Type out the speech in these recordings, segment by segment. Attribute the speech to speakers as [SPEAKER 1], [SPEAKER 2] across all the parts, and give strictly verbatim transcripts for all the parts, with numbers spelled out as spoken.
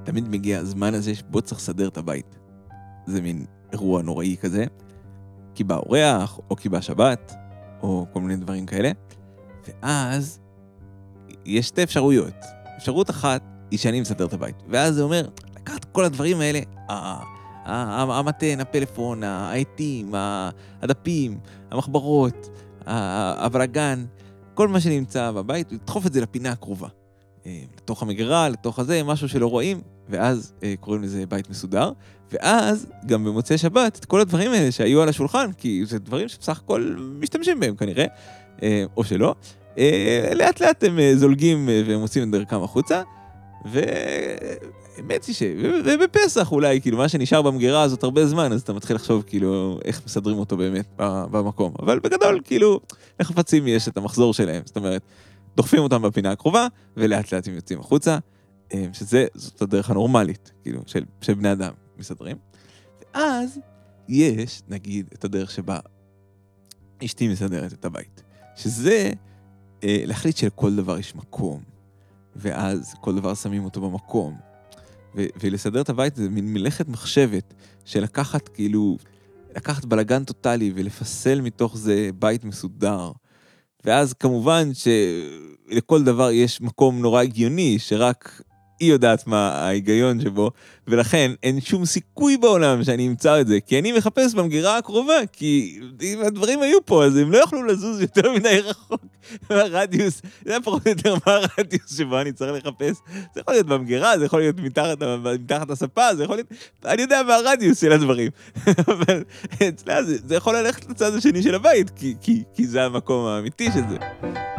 [SPEAKER 1] תמיד מגיע הזמן הזה שבו צריך לסדר את הבית. זה מין אירוע נוראי כזה, כי בא אורח, או כי בא שבת, או כל מיני דברים כאלה. ואז יש שתי אפשרויות. אפשרות אחת היא שאני מסדר את הבית. ואז זה אומר, לקחת כל הדברים האלה, המתן, הפלאפון, העטים, הדפים, המחברות, הבלגן, כל מה שנמצא בבית, לדחוף את זה לפינה הקרובה. לתוך המגירה, לתוך הזה, משהו שלא רואים, ואז קוראים לזה בית מסודר. ואז גם במוצאי שבת, את כל הדברים האלה שהיו על השולחן, כי זה דברים שבסך הכל משתמשים בהם כנראה, או שלא, לאט לאט הם זולגים ומוצאים את דרכם החוצה, והאמת היא ש... ובפסח אולי, כאילו, מה שנשאר במגירה הזאת הרבה זמן, אז אתה מתחיל לחשוב, כאילו, איך מסדרים אותו באמת במקום. אבל בגדול, כאילו, לחפצים יש את המחזור שלהם. זאת אומרת, דוחפים אותם בפינה הקרובה, ולאט לאט הם יוצאים החוצה, שזה, זאת הדרך הנורמלית, כאילו, של, של בני אדם מסדרים. ואז יש, נגיד, את הדרך שבה אשתי מסדרת את הבית. שזה אה, להחליט שלכל דבר יש מקום, ואז כל דבר שמים אותו במקום. ו- ולסדר את הבית זה מין מלאכת מחשבת, של לקחת כאילו, לקחת בלגן טוטלי, ולפסל מתוך זה בית מסודר. ואז כמובן שלכל דבר יש מקום נורא הגיוני, שרק היא יודעת מה ההיגיון שבו, ולכן אין שום סיכוי בעולם שאני אמצא את זה, כי אני מחפש במגירה הקרובה, כי אם הדברים היו פה, אז הם לא יכלו לזוז יותר מדי רחוק מהרדיוס, זה היה פחות או יותר מה הרדיוס שבו אני צריך לחפש, זה יכול להיות במגירה, זה יכול להיות מתחת, מתחת הספה, זה יכול להיות, אני יודע מה הרדיוס של הדברים, אבל אצלה זה, זה יכול ללכת לצד השני של הבית, כי, כי, כי זה המקום האמיתי של זה.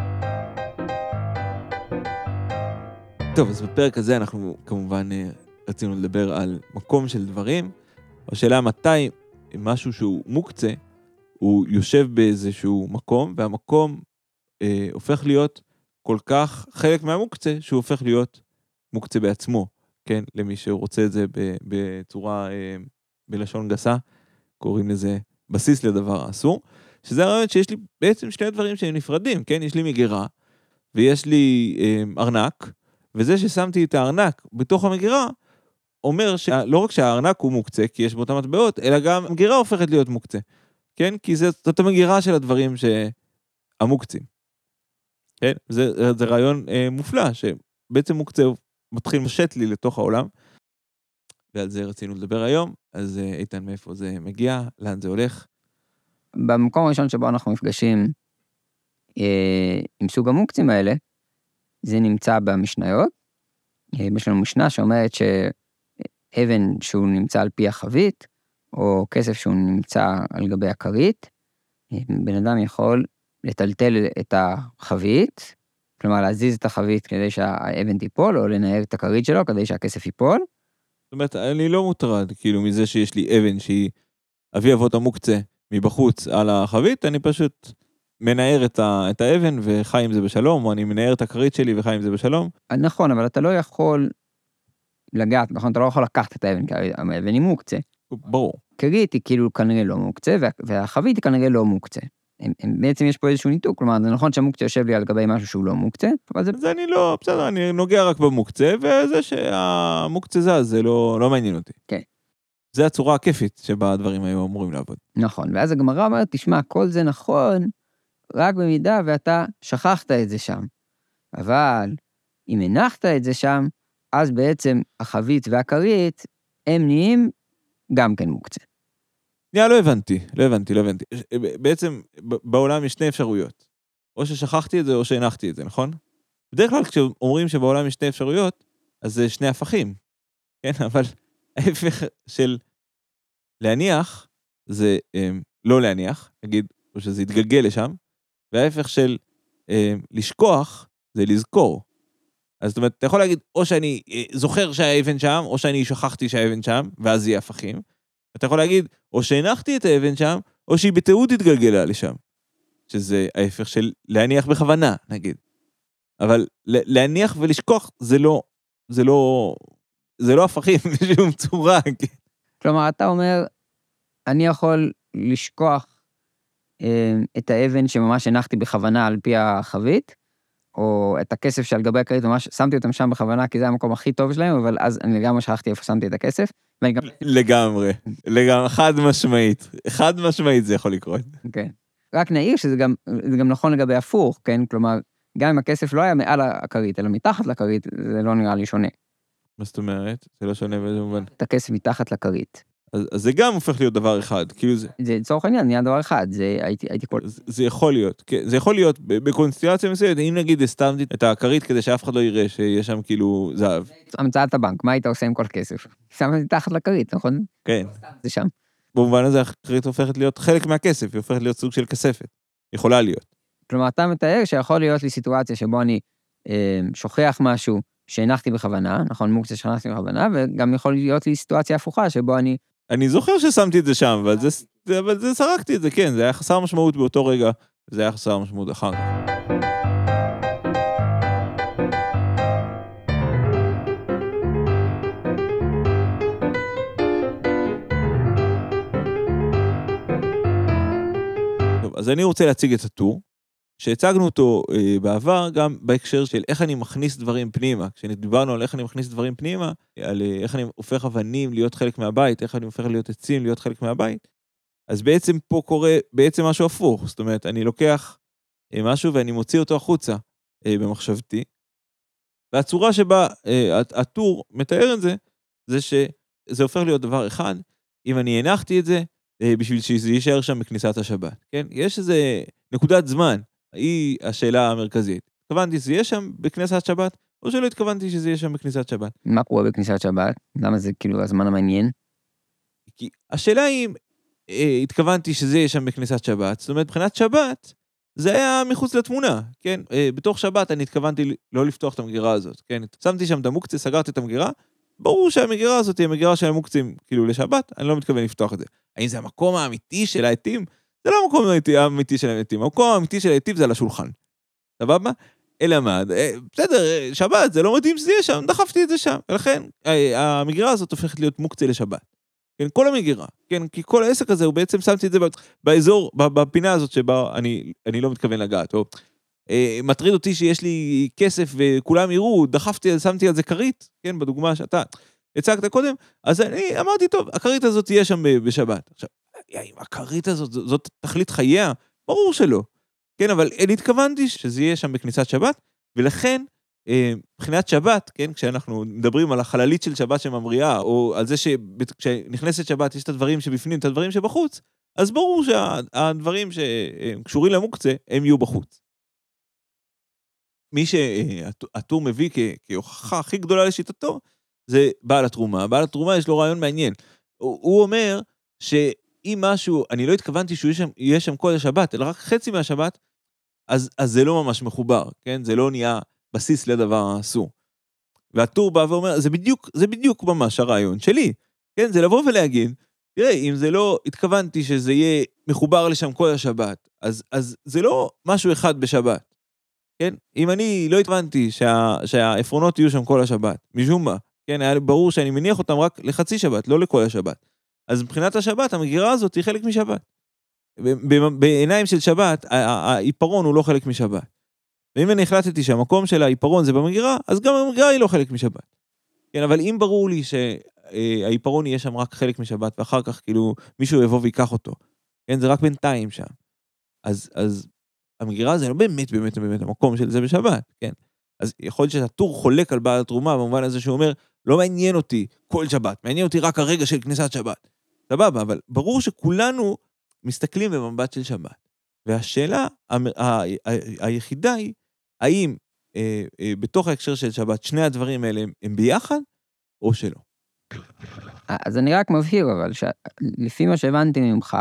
[SPEAKER 1] טוב, אז בפרק הזה אנחנו כמובן רצינו לדבר על מקום של דברים. השאלה מתי משהו שהוא מוקצה, הוא יושב באיזשהו מקום, והמקום אה, הופך להיות כל כך חלק מהמוקצה, שהוא הופך להיות מוקצה בעצמו, כן? למי שרוצה את זה בצורה, אה, בלשון גסה, קוראים לזה בסיס לדבר האסור, שזה הרעיון שיש לי בעצם שני דברים שהם נפרדים, כן? יש לי מגירה, ויש לי אה, ארנק, וזה ששמתי את הארנק בתוך המגירה, אומר שלא רק שהארנק הוא מוקצה, כי יש באותם מטבעות, אלא גם המגירה הופכת להיות מוקצה. כן? כי זאת המגירה של הדברים שהמוקצים. כן? זה, זה רעיון אה, מופלא, שבעצם מוקצה מתחיל משט לי לתוך העולם, ועל זה רצינו לדבר היום, אז אה, איתן, מאיפה זה מגיע? לאן זה הולך?
[SPEAKER 2] במקום הראשון שבו אנחנו מפגשים אה, עם סוג המוקצים האלה, זה נמצא במשניות. יש לנו משנה שאומרת שאבן שהוא נמצא על פי החבית, או כסף שהוא נמצא על גבי הכרית, בן אדם יכול לטלטל את החבית, כלומר להזיז את החבית כדי שהאבן תיפול, או לנער את הכרית שלו כדי שהכסף ייפול.
[SPEAKER 1] זאת אומרת, אני לא מוטרד, כאילו, מזה שיש לי אבן שהיא אבי אבות המוקצה מבחוץ על החבית, אני פשוט מנער את, ה, את האבן וחי עם זה בשלום, או אני מנער את הכרית שלי וחי עם זה בשלום.
[SPEAKER 2] נכון, אבל אתה לא יכול לגעת, נכון? אתה לא יכול לקחת את האבן, כי האבן היא מוקצה.
[SPEAKER 1] ברור.
[SPEAKER 2] כרית היא כאילו כנראה לא מוקצה, והחבית היא כנראה לא מוקצה. הם, הם, בעצם יש פה איזשהו ניתוק, כלומר, זה נכון שהמוקצה יושב לי על גבי משהו שהוא לא מוקצה, אבל זה...
[SPEAKER 1] זה אני לא, בסדר, אני נוגע רק במוקצה, וזה שהמוקצה זה, זה לא, לא מעניין אותי.
[SPEAKER 2] כן.
[SPEAKER 1] זה הצורה הכיפית שבה הדברים היו אמורים לעבוד.
[SPEAKER 2] נכון, ואז הגמרא אומרת, תשמע, כל זה נכון, רק במידה ואתה שכחת את זה שם. אבל אם הנחת את זה שם, אז בעצם החבית והכרית, הם נהיים גם כן מוקצה.
[SPEAKER 1] נהיה, לא הבנתי, לא הבנתי, לא הבנתי. בעצם בעולם יש שני אפשרויות. או ששכחתי את זה או שהנחתי את זה, נכון? בדרך כלל כשאומרים שבעולם יש שני אפשרויות, אז זה שני הפכים. כן, אבל ההפך של להניח, זה אה, לא להניח, נגיד, או שזה יתגלגל לשם, וההפך של אה, לשכוח, זה לזכור. אז זאת אומרת, אתה יכול להגיד, או שאני אה, זוכר שהאבן שם, או שאני שכחתי שהאבן שם, ואז יהיה הפכים. אתה יכול להגיד, או שהנחתי את האבן שם, או שהיא בטעות התגלגלה לשם. שזה ההפך של להניח בכוונה, נגיד. אבל להניח ולשכוח, זה לא, זה לא, זה לא הפכים בשום צורה.
[SPEAKER 2] כלומר, אתה אומר, אני יכול לשכוח אה, את האבן שממש הנחתי בכוונה על פי החבית, או את הכסף שעל גבי הכרית, ממש שמתי אותם שם בכוונה, כי זה המקום הכי טוב שלהם, אבל אז אני לגמרי שכחתי איפה שמתי את הכסף. גם...
[SPEAKER 1] לגמרי, לגמרי, חד משמעית, חד משמעית זה יכול לקרות.
[SPEAKER 2] כן. רק נעיר שזה גם, זה גם נכון לגבי הפוך, כן? כלומר, גם אם הכסף לא היה מעל הכרית, אלא מתחת לכרית, זה לא נראה לי שונה.
[SPEAKER 1] מה זאת אומרת? זה לא שונה באיזה מובן.
[SPEAKER 2] את הכסף מתחת לכרית.
[SPEAKER 1] אז, אז זה גם הופך להיות דבר אחד, כאילו זה...
[SPEAKER 2] זה לצורך העניין, נהיה דבר אחד, זה הייתי, הייתי כל...
[SPEAKER 1] זה, זה יכול להיות, כן, זה יכול להיות בקונסטלציה מסוימת, אם נגיד הסתמתי את הכרית כדי שאף אחד לא יראה שיש שם כאילו זהב.
[SPEAKER 2] המצאת הבנק, מה היית עושה עם כל כסף? שם מתחת לכרית, נכון?
[SPEAKER 1] כן.
[SPEAKER 2] זה שם.
[SPEAKER 1] במובן הזה הכרית הופכת להיות חלק מהכסף, היא הופכת להיות סוג של כספת. יכולה להיות.
[SPEAKER 2] כלומר, אתה מתאר שיכול להיות לי סיטואציה שבו אני אה, שוכח משהו שהנחתי בכוונה, נכון, מוקצה שהנחתי בכוונה, וגם יכול להיות לי סיטואציה הפוכה שבו אני...
[SPEAKER 1] אני זוכר ששמתי את זה שם, אבל זה, אבל זה סרקתי את זה, כן, זה היה חסר משמעות באותו רגע, זה היה חסר משמעות אחר כך. טוב, אז אני רוצה להציג את הטור, שהצגנו אותו אה, בעבר גם בהקשר של איך אני מכניס דברים פנימה. כשדיברנו על איך אני מכניס דברים פנימה, על אה, איך אני הופך אבנים להיות חלק מהבית, איך אני הופך להיות עצים להיות חלק מהבית, אז בעצם פה קורה בעצם משהו הפוך. זאת אומרת, אני לוקח אה, משהו ואני מוציא אותו החוצה אה, במחשבתי, והצורה שבה אה, הטור מתאר את זה, זה שזה הופך להיות דבר אחד, אם אני הנחתי את זה, אה, בשביל שזה יישאר שם בכניסת השבת. כן? יש איזה נקודת זמן, היא השאלה המרכזית. התכוונתי שזה יהיה שם בכניסת שבת, או שלא התכוונתי שזה יהיה שם בכניסת שבת.
[SPEAKER 2] מה קורה בכניסת שבת? למה זה כאילו הזמן המעניין?
[SPEAKER 1] כי השאלה היא, אה, התכוונתי שזה יהיה שם בכניסת שבת, זאת אומרת, מבחינת שבת, זה היה מחוץ לתמונה, כן? אה, בתוך שבת אני התכוונתי לא לפתוח את המגירה הזאת, כן? שמתי שם את המוקצה, סגרתי את המגירה, ברור שהמגירה הזאת היא המגירה של המוקצים, כאילו לשבת, אני לא מתכוון לפתוח את זה. האם זה המקום האמיתי של העתים? זה לא המקום האמיתי של העתים, המקום האמיתי של העתים זה על השולחן. סבבה? אלא מה? בסדר, שבת, זה לא מתאים שזה יהיה שם, דחפתי את זה שם. ולכן, המגירה הזאת הופכת להיות מוקצה לשבת. כן, כל המגירה. כן, כי כל העסק הזה, הוא בעצם שמתי את זה באזור, בפינה הזאת שבה אני, אני לא מתכוון לגעת. או, מטריד אותי שיש לי כסף וכולם יראו, דחפתי, שמתי על זה כרית, כן, בדוגמה שאתה הצגת קודם, אז אני אמרתי, טוב, הכרית הזאת תהיה שם בשבת. עכשיו, אם הכרית הזאת, זאת תכלית חייה, ברור שלא. כן, אבל אני התכוונתי שזה יהיה שם בכניסת שבת, ולכן, מבחינת שבת, כן, כשאנחנו מדברים על החללית של שבת שממריאה, או על זה שכשנכנסת שבת יש את הדברים שבפנים, את הדברים שבחוץ, אז ברור שהדברים שקשורים למוקצה, הם יהיו בחוץ. מי שהטור מביא כהוכחה הכי גדולה לשיטתו, זה בעל התרומה. בעל התרומה יש לו רעיון מעניין. הוא אומר שאם משהו, אני לא התכוונתי שהוא יהיה שם כל השבת, אלא רק חצי מהשבת, אז, אז זה לא ממש מחובר, כן? זה לא נהיה בסיס לדבר אסור. והטור בא ואומר, זה בדיוק, זה בדיוק ממש הרעיון שלי, כן? זה לבוא ולהגיד, תראה, אם זה לא התכוונתי שזה יהיה מחובר לשם כל השבת, אז, אז זה לא משהו אחד בשבת, כן? אם אני לא התכוונתי שה, שהעפרונות יהיו שם כל השבת, משום מה, כן? היה ברור שאני מניח אותם רק לחצי שבת, לא לכל השבת. אז מבחינת השבת, המגירה הזאת היא חלק משבת. בעיניים של שבת, העיפרון הוא לא חלק משבת. ואם אני החלטתי שהמקום של העיפרון זה במגירה, אז גם המגירה היא לא חלק משבת. כן, אבל אם ברור לי שהעיפרון יהיה שם רק חלק משבת, ואחר כך כאילו מישהו יבוא ויקח אותו, כן, זה רק בינתיים שם. אז, אז המגירה זה לא באמת, באמת, באמת המקום של זה בשבת, כן. אז יכול להיות שהטור חולק על בעל התרומה, במובן הזה שהוא אומר, לא מעניין אותי כל שבת, מעניין אותי רק הרגע של כניסת שבת. סבבה, אבל ברור שכולנו מסתכלים במבט של שבת. והשאלה היחידה היא, האם אה, אה, בתוך ההקשר של שבת, שני הדברים האלה הם, הם ביחד, או שלא?
[SPEAKER 2] אז אני רק מבהיר, אבל לפי מה שהבנתי ממך,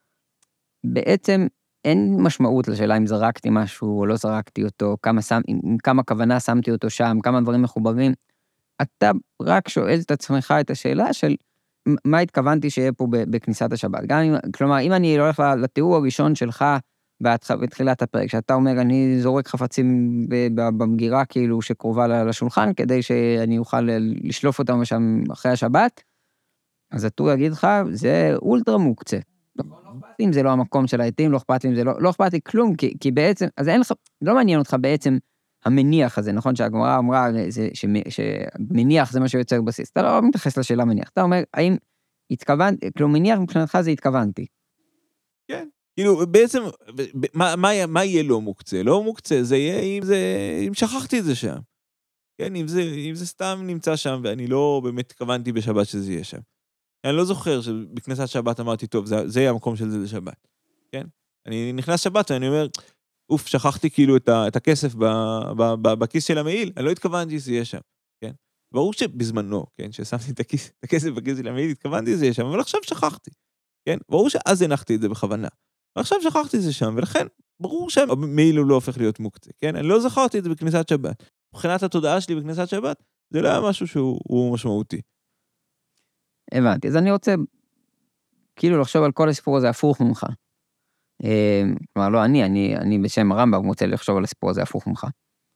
[SPEAKER 2] בעצם אין משמעות לשאלה אם זרקתי משהו או לא זרקתי אותו, כמה, שם, עם כמה כוונה שמתי אותו שם, כמה דברים מחוברים. אתה רק שואל את עצמך את השאלה של מה התכוונתי שיהיה פה בכניסת השבת. גם אם, כלומר, אם אני הולך לתיאור הראשון שלך בתחילת הפרק, שאתה אומר, אני זורק חפצים במגירה כאילו שקרובה לשולחן, כדי שאני אוכל לשלוף אותם שם אחרי השבת, אז הטור יגיד לך, זה אולטרה מוקצה. לא אכפת לי אם זה לא המקום של העתים, לא אכפת לי אם זה לא, לא אכפת לי כלום, כי, כי בעצם, אז אין לך, לא מעניין אותך בעצם המניח הזה, נכון שהגמרא אמרה זה, שמניח זה מה שיוצר בסיס, אתה לא מתייחס לשאלה מניח, אתה אומר, האם התכוונתי, כאילו מניח מבחינתך זה התכוונתי.
[SPEAKER 1] כן, כאילו בעצם, מה, מה, מה יהיה לא מוקצה? לא מוקצה, זה יהיה אם זה, אם שכחתי את זה שם. כן, אם זה, אם זה סתם נמצא שם, ואני לא באמת התכוונתי בשבת שזה יהיה שם. אני לא זוכר שבכנסת שבת אמרתי, טוב, זה, זה יהיה המקום של זה לשבת. כן? אני נכנס שבת ואני אומר, אוף, שכחתי כאילו את, ה, את הכסף ב, ב, ב, בכיס של המעיל, אני לא התכוונתי שזה יהיה שם. כן? ברור שבזמנו, כן, ששמתי את, הכיס, את הכסף בכיס של המעיל, התכוונתי שזה יהיה שם, אבל עכשיו שכחתי. כן? ברור שאז הנחתי את זה בכוונה. ועכשיו שכחתי את זה שם, ולכן ברור שהמעיל הוא לא הופך להיות מוקצה. כן? אני לא זכרתי את זה בכניסת שבת. מבחינת התודעה שלי בכניסת שבת, זה לא היה משהו שהוא משמעותי.
[SPEAKER 2] הבנתי, אז אני רוצה כאילו לחשוב על כל הסיפור הזה הפוך ממך. כלומר, לא אני, אני, אני בשם הרמב"ם רוצה לחשוב על הסיפור הזה הפוך ממך.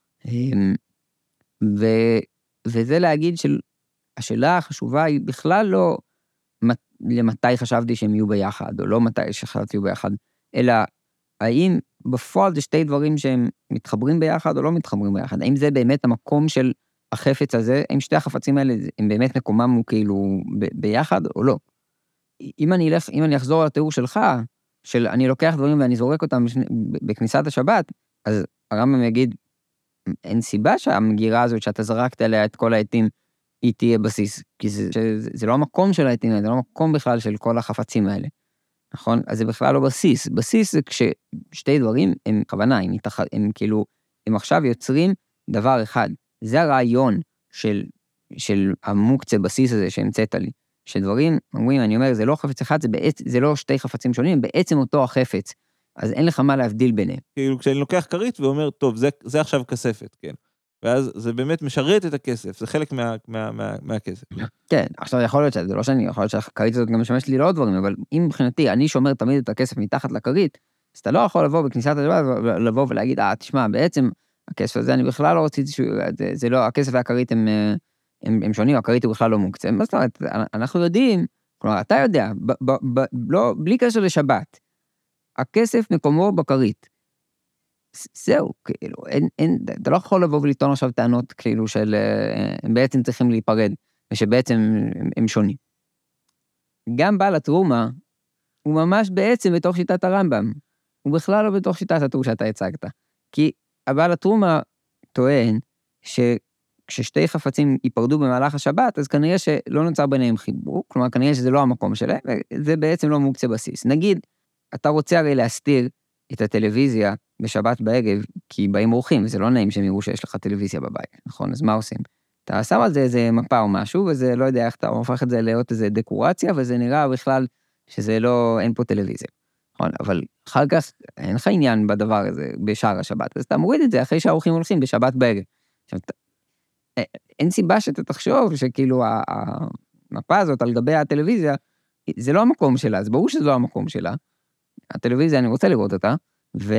[SPEAKER 2] ו, וזה להגיד שהשאלה החשובה היא בכלל לא למתי חשבתי שהם יהיו ביחד, או לא מתי שחשבתי יהיו ביחד, אלא האם בפועל זה שתי דברים שהם מתחברים ביחד או לא מתחברים ביחד, האם זה באמת המקום של החפץ הזה, האם שתי החפצים האלה הם באמת מקומם הוא כאילו ב- ביחד או לא. אם אני אלך, אם אני אחזור לתיאור שלך, של אני לוקח דברים ואני זורק אותם בכניסת השבת, אז הרמב"ם יגיד, אין סיבה שהמגירה הזאת שאתה זרקת עליה את כל העתים, היא תהיה בסיס, כי זה, זה, זה לא המקום של העתים האלה, זה לא המקום בכלל של כל החפצים האלה, נכון? אז זה בכלל לא בסיס. בסיס זה כששתי דברים הם כוונה, הם, מתח... הם כאילו, הם עכשיו יוצרים דבר אחד. זה הרעיון של, של המוקצה בסיס הזה שהמצאת לי. שדברים, אומרים, אני אומר, זה לא חפץ אחד, זה, בעצ... זה לא שתי חפצים שונים, בעצם אותו החפץ. אז אין לך מה להבדיל ביניהם.
[SPEAKER 1] כאילו, כשאני לוקח כרית ואומר, טוב, זה, זה עכשיו כספת, כן. ואז זה באמת משרת את הכסף, זה חלק מה, מה, מה, מהכסף.
[SPEAKER 2] כן, עכשיו יכול להיות שזה לא שאני, יכול להיות שהכרית הזאת גם משמש לי לעוד דברים, אבל אם מבחינתי אני שומר תמיד את הכסף מתחת לכרית, אז אתה לא יכול לבוא בכניסת השבת, לבוא ולהגיד, אה, תשמע, בעצם הכסף הזה אני בכלל לא רציתי, זה, זה לא, הכסף והכרית הם, הם, הם שונים, הכרית הוא בכלל לא מוקצה. מה זאת אומרת, אנחנו יודעים, כלומר, אתה יודע, ב, ב, ב, לא, בלי קשר לשבת, הכסף מקומו בכרית. זהו, כאילו, אין, אין, אתה לא יכול לבוא ולטעון עכשיו טענות, כאילו, של, הם בעצם צריכים להיפרד, ושבעצם הם, הם שונים. גם בעל התרומה, הוא ממש בעצם בתוך שיטת הרמב"ם, הוא בכלל לא בתוך שיטת התור שאתה הצגת, כי הבעל התרומה טוען, שכששתי חפצים ייפרדו במהלך השבת, אז כנראה שלא נוצר ביניהם חיבור, כלומר, כנראה שזה לא המקום שלהם, וזה בעצם לא מוקצה בסיס. נגיד, אתה רוצה הרי להסתיר את הטלוויזיה בשבת בערב, כי באים אורחים, וזה לא נעים שהם יראו שיש לך טלוויזיה בבית, נכון? אז מה עושים? אתה שם על זה איזה מפה או משהו, וזה לא יודע איך אתה הופך את זה להיות איזה דקורציה, וזה נראה בכלל שזה לא, אין פה טלוויזיה. נכון? אבל אחר כך אין לך עניין בדבר הזה בשער השבת, אז אתה מוריד את זה אחרי שהאורחים הולכים בשבת בערב. עכשיו, אין סיבה שאתה תחשוב שכאילו המפה הזאת על גבי הטלוויזיה, זה לא המקום שלה, אז ברור שזה לא המקום שלה. הטלוויזיה, אני רוצה לראות אותה, ו...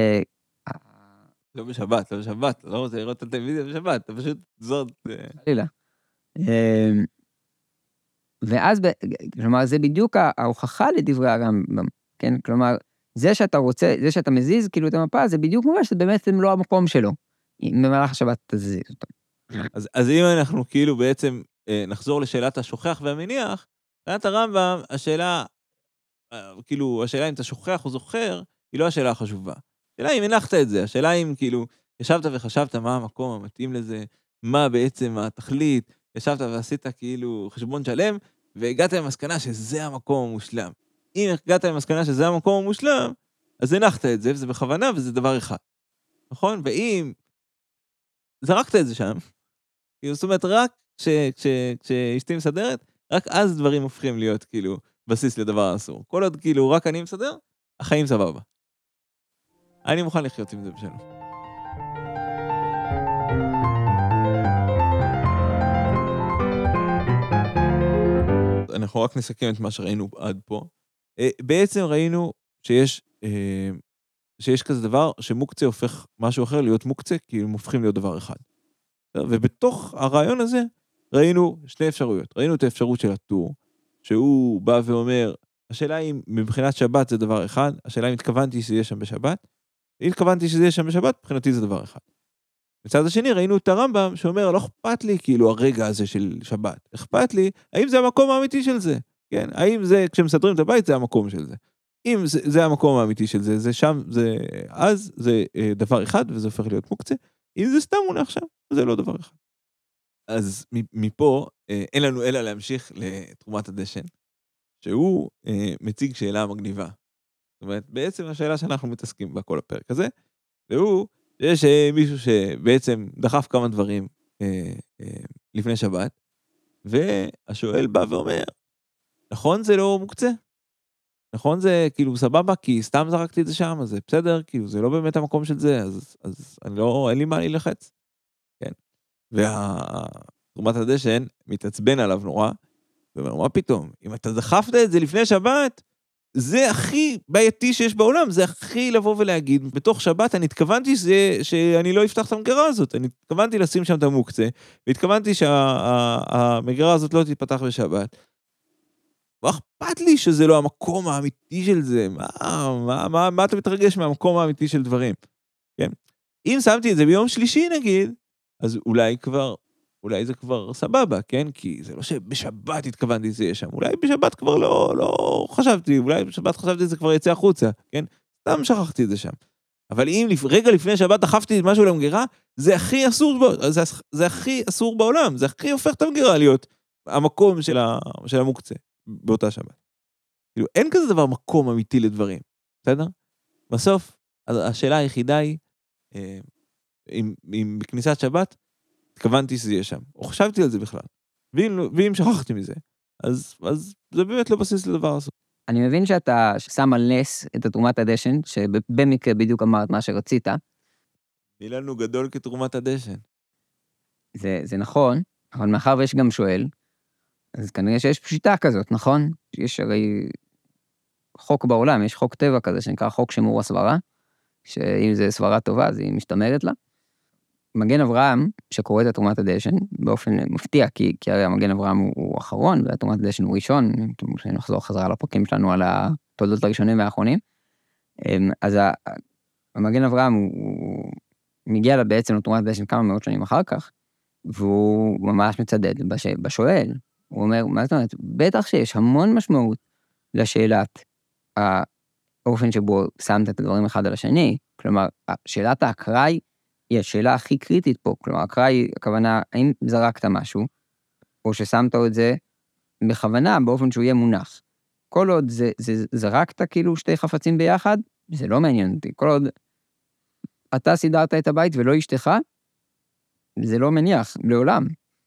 [SPEAKER 1] לא בשבת, לא בשבת, לא רוצה לראות את הטלוויזיה בשבת, אתה פשוט זאת...
[SPEAKER 2] חלילה. ואז, כלומר, זה בדיוק ההוכחה לדברי הרמב"ם, כן? כלומר, זה שאתה רוצה, זה שאתה מזיז כאילו את המפה, זה בדיוק אומר שזה באמת לא המקום שלו. במהלך השבת תזיז אותו.
[SPEAKER 1] אז, אז אם אנחנו כאילו בעצם נחזור לשאלת השוכח והמניח, מבחינת הרמב"ם, השאלה, כאילו, השאלה אם אתה שוכח או זוכר, היא לא השאלה החשובה. השאלה אם הנחת את זה, השאלה אם כאילו, ישבת וחשבת מה המקום המתאים לזה, מה בעצם התכלית, ישבת ועשית כאילו חשבון שלם, והגעת למסקנה שזה המקום המושלם. אם הגעת למסקנה שזה המקום המושלם, אז הנחת את זה, וזה בכוונה, וזה דבר אחד. נכון? ואם זרקת את זה שם, זאת אומרת, רק כשאשתי מסדרת, רק אז דברים הופכים להיות כאילו בסיס לדבר אסור. כל עוד כאילו רק אני מסדר, החיים סבבה. אני מוכן לחיות עם זה בשלום. אנחנו רק נסכם את מה שראינו עד פה. בעצם ראינו שיש, שיש כזה דבר שמוקצה הופך משהו אחר להיות מוקצה, כי הם הופכים להיות דבר אחד. ובתוך הרעיון הזה ראינו שני אפשרויות. ראינו את האפשרות של הטור, שהוא בא ואומר, השאלה אם מבחינת שבת זה דבר אחד, השאלה אם התכוונתי שזה יהיה שם בשבת, אם התכוונתי שזה יהיה שם בשבת, מבחינתי זה דבר אחד. מצד השני ראינו את הרמב"ם שאומר, לא אכפת לי כאילו הרגע הזה של שבת, אכפת לי, האם זה המקום האמיתי של זה? כן, האם זה, כשמסדרים את הבית, זה המקום של זה. אם זה, זה המקום האמיתי של זה, זה שם, זה, אז זה אה, דבר אחד, וזה הופך להיות מוקצה. אם זה סתם מונח שם, זה לא דבר אחד. אז מפה, אה, אין לנו אלא להמשיך לתרומת הדשן, שהוא אה, מציג שאלה מגניבה. זאת אומרת, בעצם השאלה שאנחנו מתעסקים בה כל הפרק הזה, והוא, יש מישהו שבעצם דחף כמה דברים אה, אה, לפני שבת, והשואל בא ואומר, נכון זה לא מוקצה? נכון זה כאילו סבבה, כי סתם זרקתי את זה שם, אז זה בסדר, כאילו זה לא באמת המקום של זה, אז, אז אני לא, אין לי מה להילחץ. כן. והתרומת הדשן מתעצבן עליו נורא, ואומר, מה פתאום? אם אתה דחפת את זה לפני שבת, זה הכי בעייתי שיש בעולם, זה הכי לבוא ולהגיד, בתוך שבת אני התכוונתי שזה, שאני לא אפתח את המגירה הזאת, אני התכוונתי לשים שם את המוקצה, והתכוונתי שהמגירה הזאת לא תתפתח בשבת. מה אכפת לי שזה לא המקום האמיתי של זה? מה, מה, מה, מה אתה מתרגש מהמקום האמיתי של דברים? כן? אם שמתי את זה ביום שלישי נגיד, אז אולי כבר, אולי זה כבר סבבה, כן? כי זה לא שבשבת התכוונתי זה יהיה שם, אולי בשבת כבר לא, לא חשבתי, אולי בשבת חשבתי זה כבר יצא החוצה, כן? סתם שכחתי את זה שם. אבל אם רגע לפני שבת דחפתי משהו למגירה, זה הכי אסור, זה, זה הכי אסור בעולם, זה הכי הופך את המגירה להיות המקום של, ה, של המוקצה. באותה שבת. כאילו, אין כזה דבר מקום אמיתי לדברים, בסדר? בסוף, השאלה היחידה היא, אה, אם, אם בכניסת שבת, התכוונתי שזה יהיה שם, או חשבתי על זה בכלל, ואם, ואם שכחתי מזה, אז, אז זה באמת לא בסיס לדבר הזה.
[SPEAKER 2] אני מבין שאתה שם על נס את התרומת הדשן, שבמקרה בדיוק אמרת מה שרצית.
[SPEAKER 1] מילנו גדול כתרומת הדשן.
[SPEAKER 2] זה, זה נכון, אבל מאחר ויש גם שואל, אז כנראה שיש פשיטה כזאת, נכון? יש הרי חוק בעולם, יש חוק טבע כזה שנקרא חוק שמור הסברה, שאם זה סברה טובה, אז היא משתמרת לה. מגן אברהם, שקורא את התרומת הדשן, באופן מפתיע, כי, כי הרי המגן אברהם הוא, הוא אחרון, והתרומת הדשן הוא ראשון, נחזור חזרה לפרקים שלנו על התולדות הראשונים והאחרונים. אז המגן אברהם הוא, הוא מגיע לה בעצם לתרומת הדשן כמה מאות שנים אחר כך, והוא ממש מצדד בש, בשואל. הוא אומר, מה זאת אומרת? בטח שיש המון משמעות לשאלת האופן שבו שמת את הדברים אחד על השני. כלומר, שאלת האקראי היא השאלה הכי קריטית פה. כלומר, האקראי, הכוונה, האם זרקת משהו, או ששמת את זה בכוונה, באופן שהוא יהיה מונח. כל עוד זה, זה, זרקת כאילו שתי חפצים ביחד, זה לא מעניין אותי. כל עוד אתה סידרת את הבית ולא אשתך, זה לא מניח, לעולם.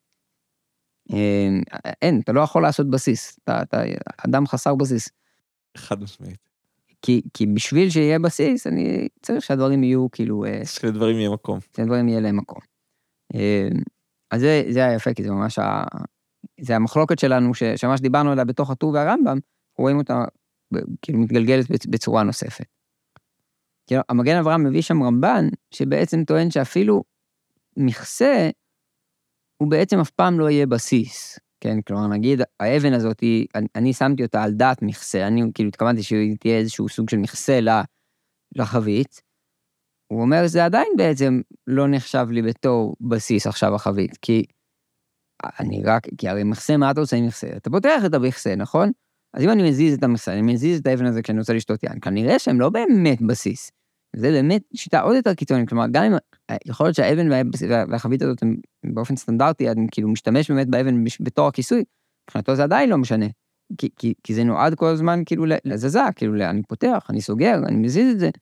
[SPEAKER 2] אין, אתה לא יכול לעשות בסיס, אתה, אתה אדם חסר בסיס.
[SPEAKER 1] חד משמעית.
[SPEAKER 2] כי, כי בשביל שיהיה בסיס, אני צריך שהדברים יהיו כאילו...
[SPEAKER 1] שהדברים יהיה מקום.
[SPEAKER 2] שהדברים יהיה להם מקום. אז זה, זה היה יפה, כי זה ממש, ה, זה המחלוקת שלנו, ש, שממש דיברנו עליה בתוך הטור והרמב"ם, רואים אותה כאילו מתגלגלת בצורה נוספת. כאילו, המגן אברהם מביא שם רמב"ן, שבעצם טוען שאפילו מכסה, הוא בעצם אף פעם לא יהיה בסיס, כן? כלומר, נגיד, האבן הזאת, אני, אני שמתי אותה על דעת מכסה, אני כאילו התכוונתי שהיא תהיה איזשהו סוג של מכסה לחבית, הוא אומר, זה עדיין בעצם לא נחשב לי בתור בסיס עכשיו החבית, כי אני רק, כי הרי מכסה, מה אתה עושה עם מכסה? אתה פותח את המכסה, נכון? אז אם אני מזיז את המכסה, אני מזיז את האבן הזה כשאני רוצה לשתות יין, כנראה שהם לא באמת בסיס. זה באמת שיטה עוד יותר קיצונית, כלומר, גם אם, יכול להיות שהאבן והחבית הזאת הם באופן סטנדרטי, אני כאילו משתמש באמת באבן בתור הכיסוי, מבחינתו זה עדיין לא משנה, כי, כי, כי זה נועד כל הזמן כאילו לזזה, כאילו אני פותח, אני סוגר, אני מזיז את זה,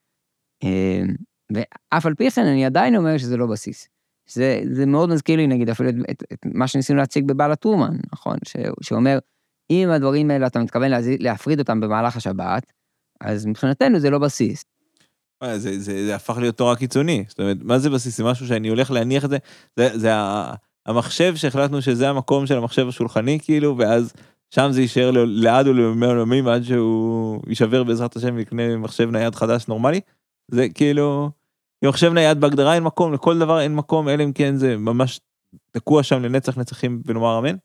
[SPEAKER 2] ואף על פי כן אני עדיין אומר שזה לא בסיס. זה, זה מאוד מזכיר לי, נגיד, אפילו את, את, את מה שניסינו להציג בבעל הטרומן, נכון? ש, שאומר, אם הדברים האלה אתה מתכוון להפריד אותם במהלך השבת, אז מבחינתנו זה לא בסיס.
[SPEAKER 1] זה, זה, זה, זה הפך להיות תורה קיצוני. זאת אומרת, מה זה בסיס? זה משהו שאני הולך להניח את זה. זה, זה המחשב שהחלטנו שזה המקום של המחשב השולחני, כאילו, ואז שם זה יישאר לעד ולמי עולמים, עד שהוא יישבר בעזרת השם ויקנה מחשב נייד חדש נורמלי. זה כאילו, מחשב נייד בהגדרה אין מקום, לכל דבר אין מקום, אלא אם כן זה ממש תקוע שם לנצח נצחים ונאמר אמן.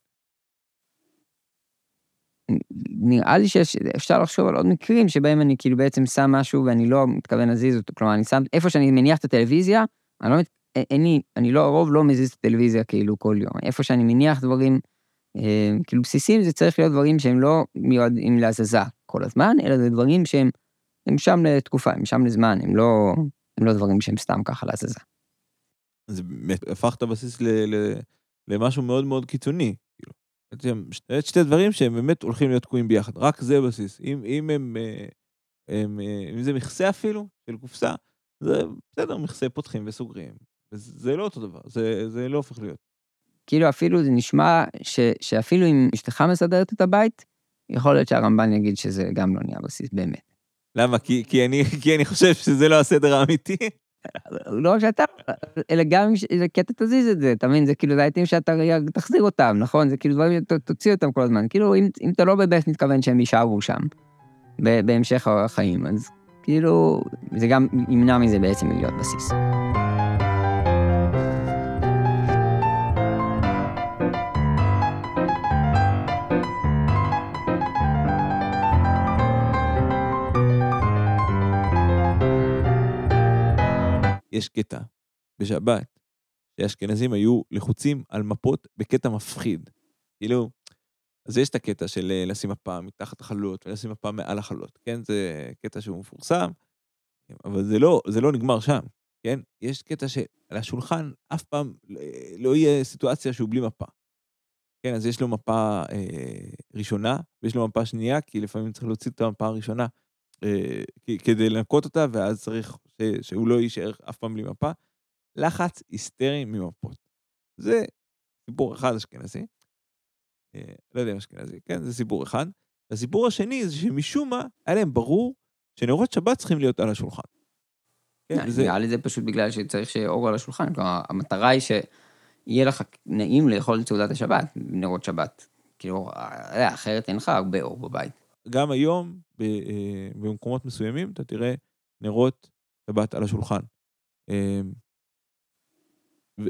[SPEAKER 2] נראה לי שאפשר לחשוב על עוד מקרים שבהם אני כאילו בעצם שם משהו ואני לא מתכוון להזיז אותו, כלומר אני שם, איפה שאני מניח את הטלוויזיה, אני לא, אין לי, אני לא, הרוב לא מזיז את הטלוויזיה כאילו כל יום. איפה שאני מניח דברים, אה, כאילו בסיסים, זה צריך להיות דברים שהם לא מיועדים להזזה כל הזמן, אלא זה דברים שהם הם שם לתקופה, הם שם לזמן, הם לא, הם לא דברים שהם סתם ככה להזזה.
[SPEAKER 1] זה באמת הפך את הבסיס ל, ל, למשהו מאוד מאוד קיצוני. כאילו, שתי, שתי דברים שהם באמת הולכים להיות תקועים ביחד. רק זה בסיס. אם, אם הם, הם, אם זה מכסה אפילו, של קופסה, זה בסדר, מכסה פותחים וסוגרים. זה לא אותו דבר, זה, זה לא הופך להיות.
[SPEAKER 2] כאילו אפילו זה נשמע ש, שאפילו אם אשתך מסדרת את הבית, יכול להיות שהרמב"ן יגיד שזה גם לא נהיה בסיס, באמת.
[SPEAKER 1] למה? כי, כי, אני, כי אני חושב שזה לא הסדר האמיתי.
[SPEAKER 2] לא שאתה, אלא גם אם קטע תזיז את זה, אתה מבין? זה כאילו, זה הייתם שאתה תחזיר אותם, נכון? זה כאילו דברים, תוציא אותם כל הזמן. כאילו, אם, אם אתה לא באמת מתכוון שהם יישארו שם, בהמשך החיים, אז כאילו, זה גם ימנע מזה בעצם להיות בסיס.
[SPEAKER 1] יש קטע בשבת, שהאשכנזים היו לחוצים על מפות בקטע מפחיד. כאילו, אז יש את הקטע של לשים מפה מתחת החלונות, ולשים מפה מעל החלונות, כן? זה קטע שהוא מפורסם, אבל זה לא, זה לא נגמר שם, כן? יש קטע שעל השולחן אף פעם לא יהיה סיטואציה שהוא בלי מפה. כן, אז יש לו מפה אה, ראשונה, ויש לו מפה שנייה, כי לפעמים צריך להוציא את המפה הראשונה, אה, כדי לנקות אותה, ואז צריך ש, שהוא לא יישאר אף פעם בלי מפה. לחץ היסטרי ממפות. זה סיפור אחד אשכנזי. אה, לא יודע אם אשכנזי, כן? זה סיפור אחד. הסיפור השני זה שמשום מה, היה להם ברור שנרות שבת צריכים להיות על השולחן.
[SPEAKER 2] כן, וזה... נראה לי זה פשוט בגלל שצריך שאור על השולחן. כלומר, המטרה היא שיהיה לך נעים לאכול סעודת השבת, נרות שבת. כאילו, אחרת אין לך הרבה אור בבית.
[SPEAKER 1] גם היום, במקומות מסוימים, אתה תראה נרות שבת על השולחן. ו...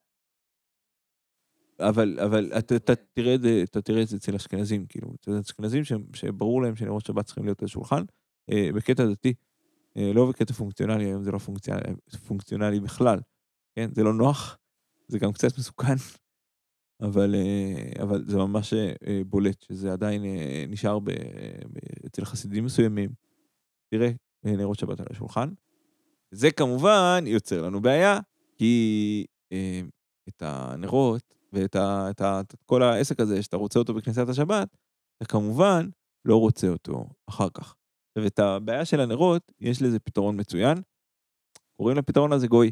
[SPEAKER 1] אבל, אבל אתה, אתה תראה את זה, אתה תראה את זה אצל אשכנזים, כאילו, אצל אשכנזים שברור להם שנרות שבת צריכים להיות על השולחן, בקטע דתי, לא בקטע פונקציונלי, היום זה לא פונקציונלי, פונקציונלי בכלל, כן? זה לא נוח, זה גם קצת מסוכן, אבל, אבל זה ממש בולט, שזה עדיין נשאר ב, ב, אצל חסידים מסוימים. תראה, נרות שבת על השולחן. זה כמובן יוצר לנו בעיה, כי את הנרות ואת ה, את ה, את כל העסק הזה שאתה רוצה אותו בכניסת השבת, אתה כמובן לא רוצה אותו אחר כך. ואת הבעיה של הנרות, יש לזה פתרון מצוין, קוראים לפתרון הזה גוי.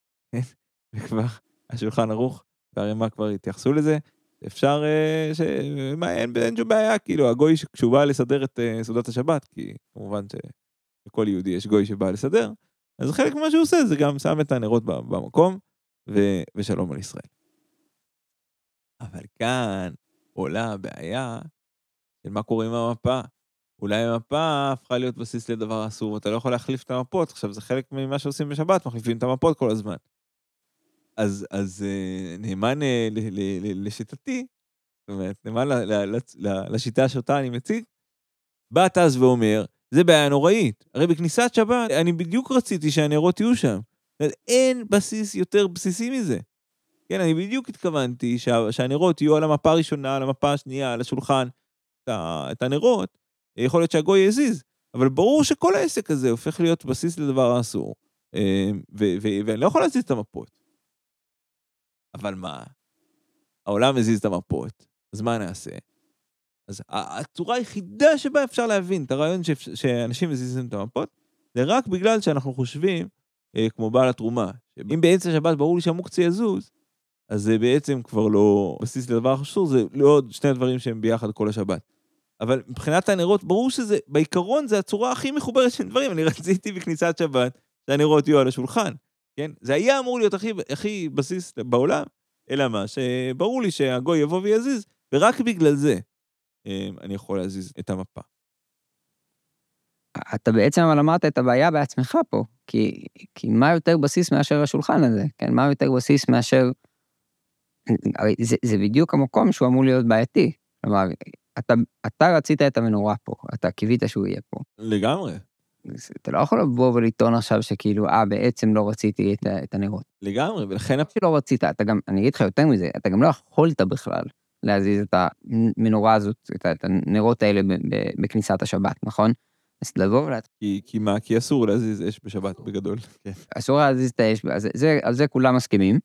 [SPEAKER 1] וכבר השולחן ערוך, והרימה כבר התייחסו לזה, אפשר, מה, אין, אין שום בעיה, כאילו, הגוי כשהוא בא לסדר את סעודת השבת, כי כמובן שלכל יהודי יש גוי שבא לסדר, אז חלק ממה שהוא עושה זה גם שם את הנרות במקום, ו, ושלום על ישראל. אבל כאן עולה הבעיה של מה קורה עם המפה. אולי המפה הפכה להיות בסיס לדבר אסור, ואתה לא יכול להחליף את המפות, עכשיו זה חלק ממה שעושים בשבת, מחליפים את המפות כל הזמן. אז, אז נאמן ל, ל, ל, לשיטתי, זאת אומרת, נאמן ל, ל, ל, לשיטה שאותה אני מציג, בא תז ואומר, זה בעיה נוראית, הרי בכניסת שבת אני בדיוק רציתי שהנרות יהיו שם, אין בסיס יותר בסיסי מזה. כן, אני בדיוק התכוונתי שה, שהנרות יהיו על המפה הראשונה, על המפה השנייה, על השולחן, את, את הנרות, יכול להיות שהגוי יזיז, אבל ברור שכל העסק הזה הופך להיות בסיס לדבר אסור, ו- ו- ואני לא יכול להזיז את המפות. אבל מה? העולם מזיז את המפות, אז מה נעשה? אז הצורה היחידה שבה אפשר להבין את הרעיון ש- שאנשים מזיזים את המפות, זה רק בגלל שאנחנו חושבים, אה, כמו בעל התרומה, אם באמצע שבת ברור לי שהמוקצה יזוז, אז זה בעצם כבר לא בסיס לדבר חשוב, זה לא עוד שני דברים שהם ביחד כל השבת. אבל מבחינת הנרות, ברור שזה, בעיקרון זה הצורה הכי מחוברת של דברים, אני רציתי בכניסת שבת שהנרות יהיו על השולחן, כן? זה היה אמור להיות הכי, הכי בסיס בעולם, אלא מה, שברור לי שהגוי יבוא ויזיז, ורק בגלל זה אני יכול להזיז את המפה.
[SPEAKER 2] אתה בעצם אבל אמרת את הבעיה בעצמך פה, כי, כי מה יותר בסיס מאשר השולחן הזה, כן? מה יותר בסיס מאשר, זה, זה בדיוק המקום שהוא אמור להיות בעייתי, כלומר, אתה, אתה רצית את המנורה פה, אתה קיווית שהוא יהיה פה.
[SPEAKER 1] לגמרי,
[SPEAKER 2] אתה לא יכול לבוא ולטעון עכשיו שכאילו, אה, בעצם לא רציתי את, את הנרות.
[SPEAKER 1] לגמרי, ולכן...
[SPEAKER 2] שלא רצית, אתה גם, אני אגיד לך יותר מזה, אתה גם לא יכולת בכלל להזיז את המנורה הזאת, את, את הנרות האלה ב, ב, בכניסת השבת, נכון? אז לבוא ולהת...
[SPEAKER 1] כי, כי מה? כי אסור להזיז אש בשבת בגדול. כן.
[SPEAKER 2] אסור להזיז את האש, אז זה, על זה כולם מסכימים,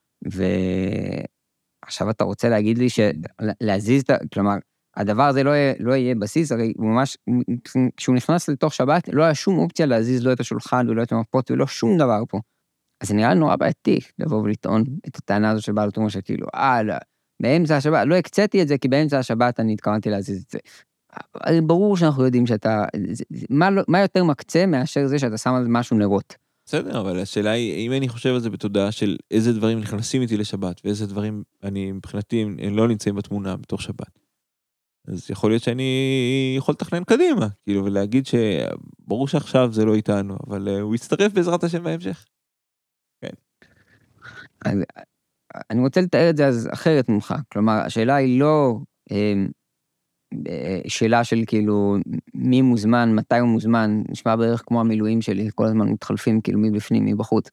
[SPEAKER 2] ועכשיו אתה רוצה להגיד לי שלהזיז את, כלומר, הדבר הזה לא יהיה, לא יהיה בסיס, הרי הוא ממש, כשהוא נכנס לתוך שבת, לא היה שום אופציה להזיז לא את השולחן ולא את המפות ולא שום דבר פה. אז זה נראה נורא בעייתי לבוא ולטעון את הטענה הזו של בעל תומר שכאילו, אה, לא, באמצע השבת, לא הקציתי את זה כי באמצע השבת אני התכוונתי להזיז את זה. ברור שאנחנו יודעים שאתה, מה, מה יותר מקצה מאשר זה שאתה שם על משהו נרות.
[SPEAKER 1] בסדר, אבל השאלה היא, אם אני חושב על זה בתודעה של איזה דברים נכנסים איתי לשבת, ואיזה דברים אני מבחינתי הם לא נמצאים בתמונה בתוך שבת. אז יכול להיות שאני יכול לתכנן קדימה, כאילו, ולהגיד שברור שעכשיו זה לא איתנו, אבל הוא יצטרף בעזרת השם בהמשך. כן.
[SPEAKER 2] אז אני רוצה לתאר את זה אז אחרת ממך, כלומר, השאלה היא לא שאלה של כאילו מי מוזמן, מתי הוא מוזמן, נשמע בערך כמו המילואים שלי, כל הזמן מתחלפים כאילו מי בפנים, מי בחוץ.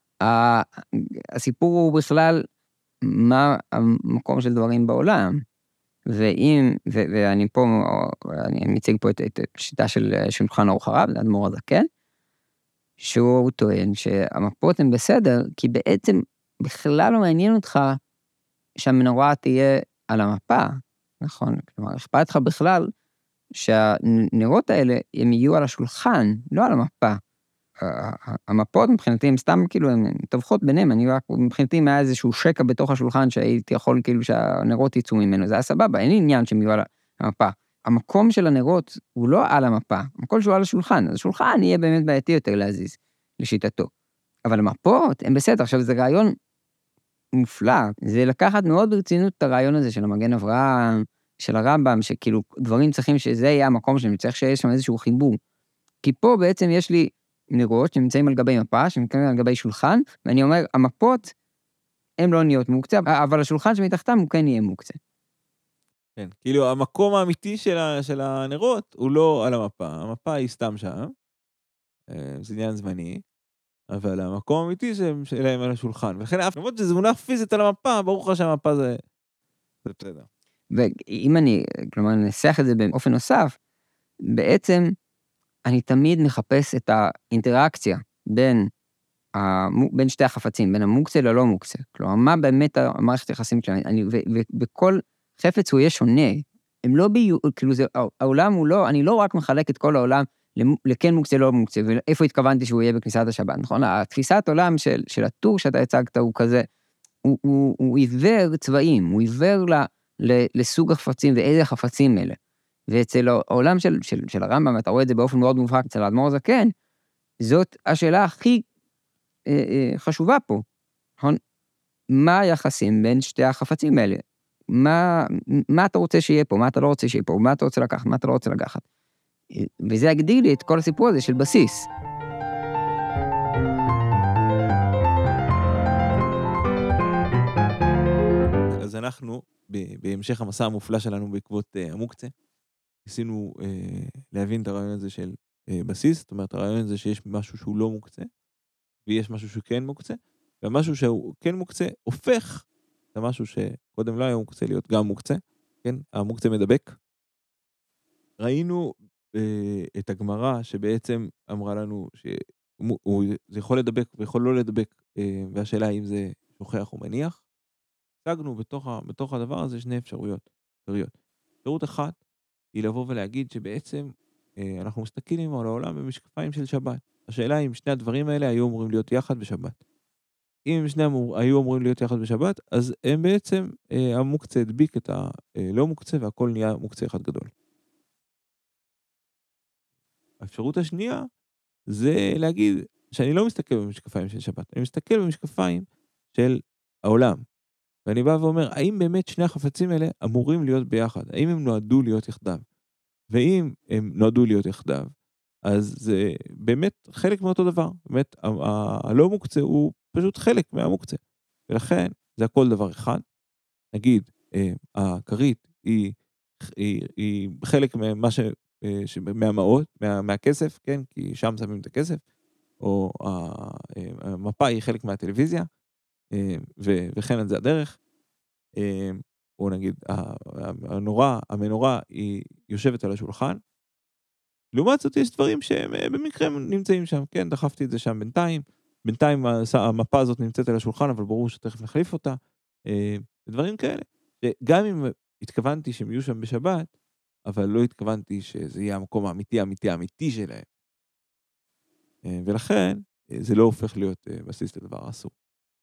[SPEAKER 2] הסיפור הוא בכלל מה המקום של דברים בעולם, ואם, ואני פה, אני מציג פה את השיטה של שולחן ערוך הרב, זה אדמו"ר הזקן, שהוא טוען שהמפות הן בסדר, כי בעצם בכלל לא מעניין אותך שהמנורה תהיה על המפה, נכון? כלומר, אכפת לך בכלל שהנרות האלה הם יהיו על השולחן, לא על המפה. המפות מבחינתי הם סתם כאילו, הן טובחות ביניהם, אני רק מבחינתי היה איזשהו שקע בתוך השולחן שהייתי יכול כאילו שהנרות יצאו ממנו, זה היה סבבה, אין לי עניין שהם יהיו על המפה. המקום של הנרות הוא לא על המפה, המקום שהוא על השולחן, אז השולחן יהיה באמת בעייתי יותר להזיז, לשיטתו. אבל המפות הם בסדר, עכשיו זה רעיון מופלא, זה לקחת מאוד ברצינות את הרעיון הזה של המגן אברהם, של הרמב"ם, שכאילו דברים צריכים שזה יהיה המקום שלהם, צריך שיש שם איזשהו חיבור. כי פה בעצם יש לי נרות שנמצאים על גבי מפה, שנמצאים על גבי שולחן, ואני אומר, המפות הם לא נהיות מוקצה, אבל השולחן שמתחתם הוא כן יהיה מוקצה.
[SPEAKER 1] כן, כאילו המקום האמיתי של, ה, של הנרות הוא לא על המפה, המפה היא סתם שם, זה עניין זמני, אבל המקום האמיתי שלהם על השולחן, ולכן אף למרות שזה מונח פיזית על המפה, ברור לך שהמפה זה, זה בסדר.
[SPEAKER 2] ואם אני, כלומר, ננסח את זה באופן נוסף, בעצם אני תמיד מחפש את האינטראקציה בין, בין שתי החפצים, בין המוקצה ללא מוקצה. כלומר, מה באמת המערכת היחסים שלנו? אני, ובכל חפץ הוא יהיה שונה. הם לא ביו, כאילו זה, העולם הוא לא, אני לא רק מחלק את כל העולם לכן מוקצה, לא מוקצה, ואיפה התכוונתי שהוא יהיה בכניסת השבת, נכון? התפיסת עולם של, של הטור שאתה הצגת הוא כזה, הוא, הוא, הוא עיוור צבעים, הוא עיוור ל, ל, לסוג החפצים ואיזה החפצים אלה. ואצל העולם של, של, של הרמב"ם, אתה רואה את זה באופן מאוד מובהק אצל האדמו"ר הזקן, זאת השאלה הכי אה, אה, חשובה פה, נכון? מה היחסים בין שתי החפצים האלה? מה, מה אתה רוצה שיהיה פה? מה אתה לא רוצה שיהיה פה? מה אתה רוצה לקחת? מה אתה לא רוצה לקחת? וזה יגדיל לי את כל הסיפור הזה של בסיס.
[SPEAKER 1] אז אנחנו, בהמשך המסע המופלא שלנו בעקבות המוקצה, ניסינו להבין את הרעיון הזה של בסיס, זאת אומרת, הרעיון הזה שיש משהו שהוא לא מוקצה, ויש משהו שהוא כן מוקצה, ומשהו שהוא כן מוקצה הופך למשהו שקודם לא היה מוקצה להיות גם מוקצה, כן? המוקצה מדבק. ראינו את הגמרא שבעצם אמרה לנו שזה יכול לדבק ויכול לא לדבק, והשאלה האם זה שוכח או מניח. הצגנו בתוך, בתוך הדבר הזה שני אפשרויות. אפשרות אחת היא לבוא ולהגיד שבעצם אנחנו מסתכלים על העולם במשקפיים של שבת. השאלה היא אם שני הדברים האלה היו אמורים להיות יחד בשבת. אם שני אמור, היו אמורים להיות יחד בשבת, אז הם בעצם, המוקצה הדביק את הלא מוקצה והכל נהיה מוקצה אחד גדול. האפשרות השנייה זה להגיד שאני לא מסתכל במשקפיים של שבת, אני מסתכל במשקפיים של העולם. ואני בא ואומר, האם באמת שני החפצים האלה אמורים להיות ביחד? האם הם נועדו להיות יחדיו? ואם הם נועדו להיות יחדיו, אז זה באמת חלק מאותו דבר. באמת, הלא מוקצה הוא פשוט חלק מהמוקצה. ולכן, זה הכל דבר אחד. נגיד, הכרית היא, היא, היא חלק ממה ש... מהמאות, מה, מהכסף, כן, כי שם שמים את הכסף, או המפה היא חלק מהטלוויזיה, ו, וכן על זה הדרך, או נגיד, הנורה, המנורה היא יושבת על השולחן, לעומת זאת יש דברים שהם במקרה נמצאים שם, כן, דחפתי את זה שם בינתיים, בינתיים המפה הזאת נמצאת על השולחן, אבל ברור שתכף נחליף אותה, דברים כאלה, שגם אם התכוונתי שהם יהיו שם בשבת, אבל לא התכוונתי שזה יהיה המקום האמיתי, האמיתי, האמיתי שלהם. ולכן, זה לא הופך להיות בסיס לדבר אסור.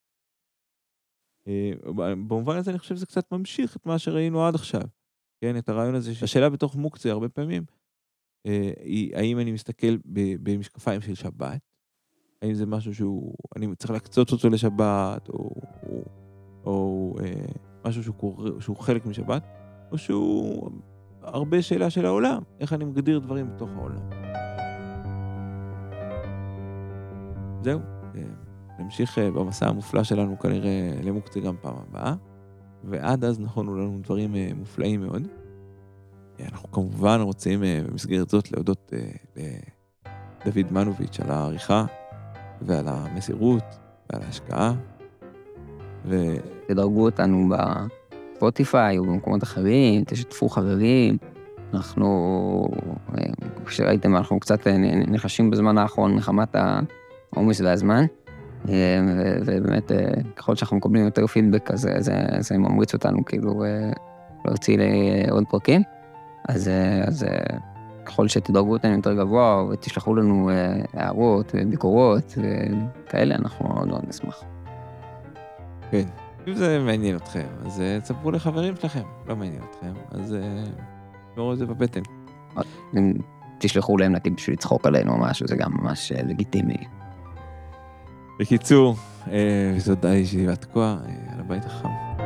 [SPEAKER 1] במובן הזה אני חושב שזה קצת ממשיך את מה שראינו עד עכשיו. כן, את הרעיון הזה, שהשאלה בתוך מוקצה הרבה פעמים, היא האם אני מסתכל במשקפיים של שבת, האם זה משהו שהוא, אני צריך להקצות אותו לשבת, או, או, או משהו שהוא, שהוא חלק משבת, או שהוא הרבה שאלה של העולם, איך אני מגדיר דברים בתוך העולם. זהו, נמשיך במסע המופלא שלנו כנראה למוקצה גם פעם הבאה, ועד אז נכונו לנו דברים מופלאים מאוד. אנחנו כמובן רוצים במסגרת זאת להודות לדוד מנוביץ' על העריכה, ועל המסירות, ועל ההשקעה. ו...
[SPEAKER 2] תדרגו אותנו בספוטיפיי או במקומות אחרים, תשתפו חברים. אנחנו, כשראיתם, אנחנו קצת נחשים בזמן האחרון מחמת העומס והזמן, ובאמת, ככל שאנחנו מקבלים יותר פידבק, אז זה, זה ממריץ אותנו כאילו להוציא לעוד פרקים. אז, אז ככל שתדרגו אותנו יותר גבוה, ותשלחו לנו הערות וביקורות וכאלה, אנחנו מאוד מאוד נשמח.
[SPEAKER 1] כן, אם זה מעניין אתכם, אז תספרו לחברים שלכם, לא מעניין אתכם, אז תראו את זה בבטן.
[SPEAKER 2] אם תשלחו להם נתיב בשביל לצחוק עלינו או משהו, זה גם ממש לגיטימי.
[SPEAKER 1] בקיצור, וזאת ישיבה תקועה על הבית החם.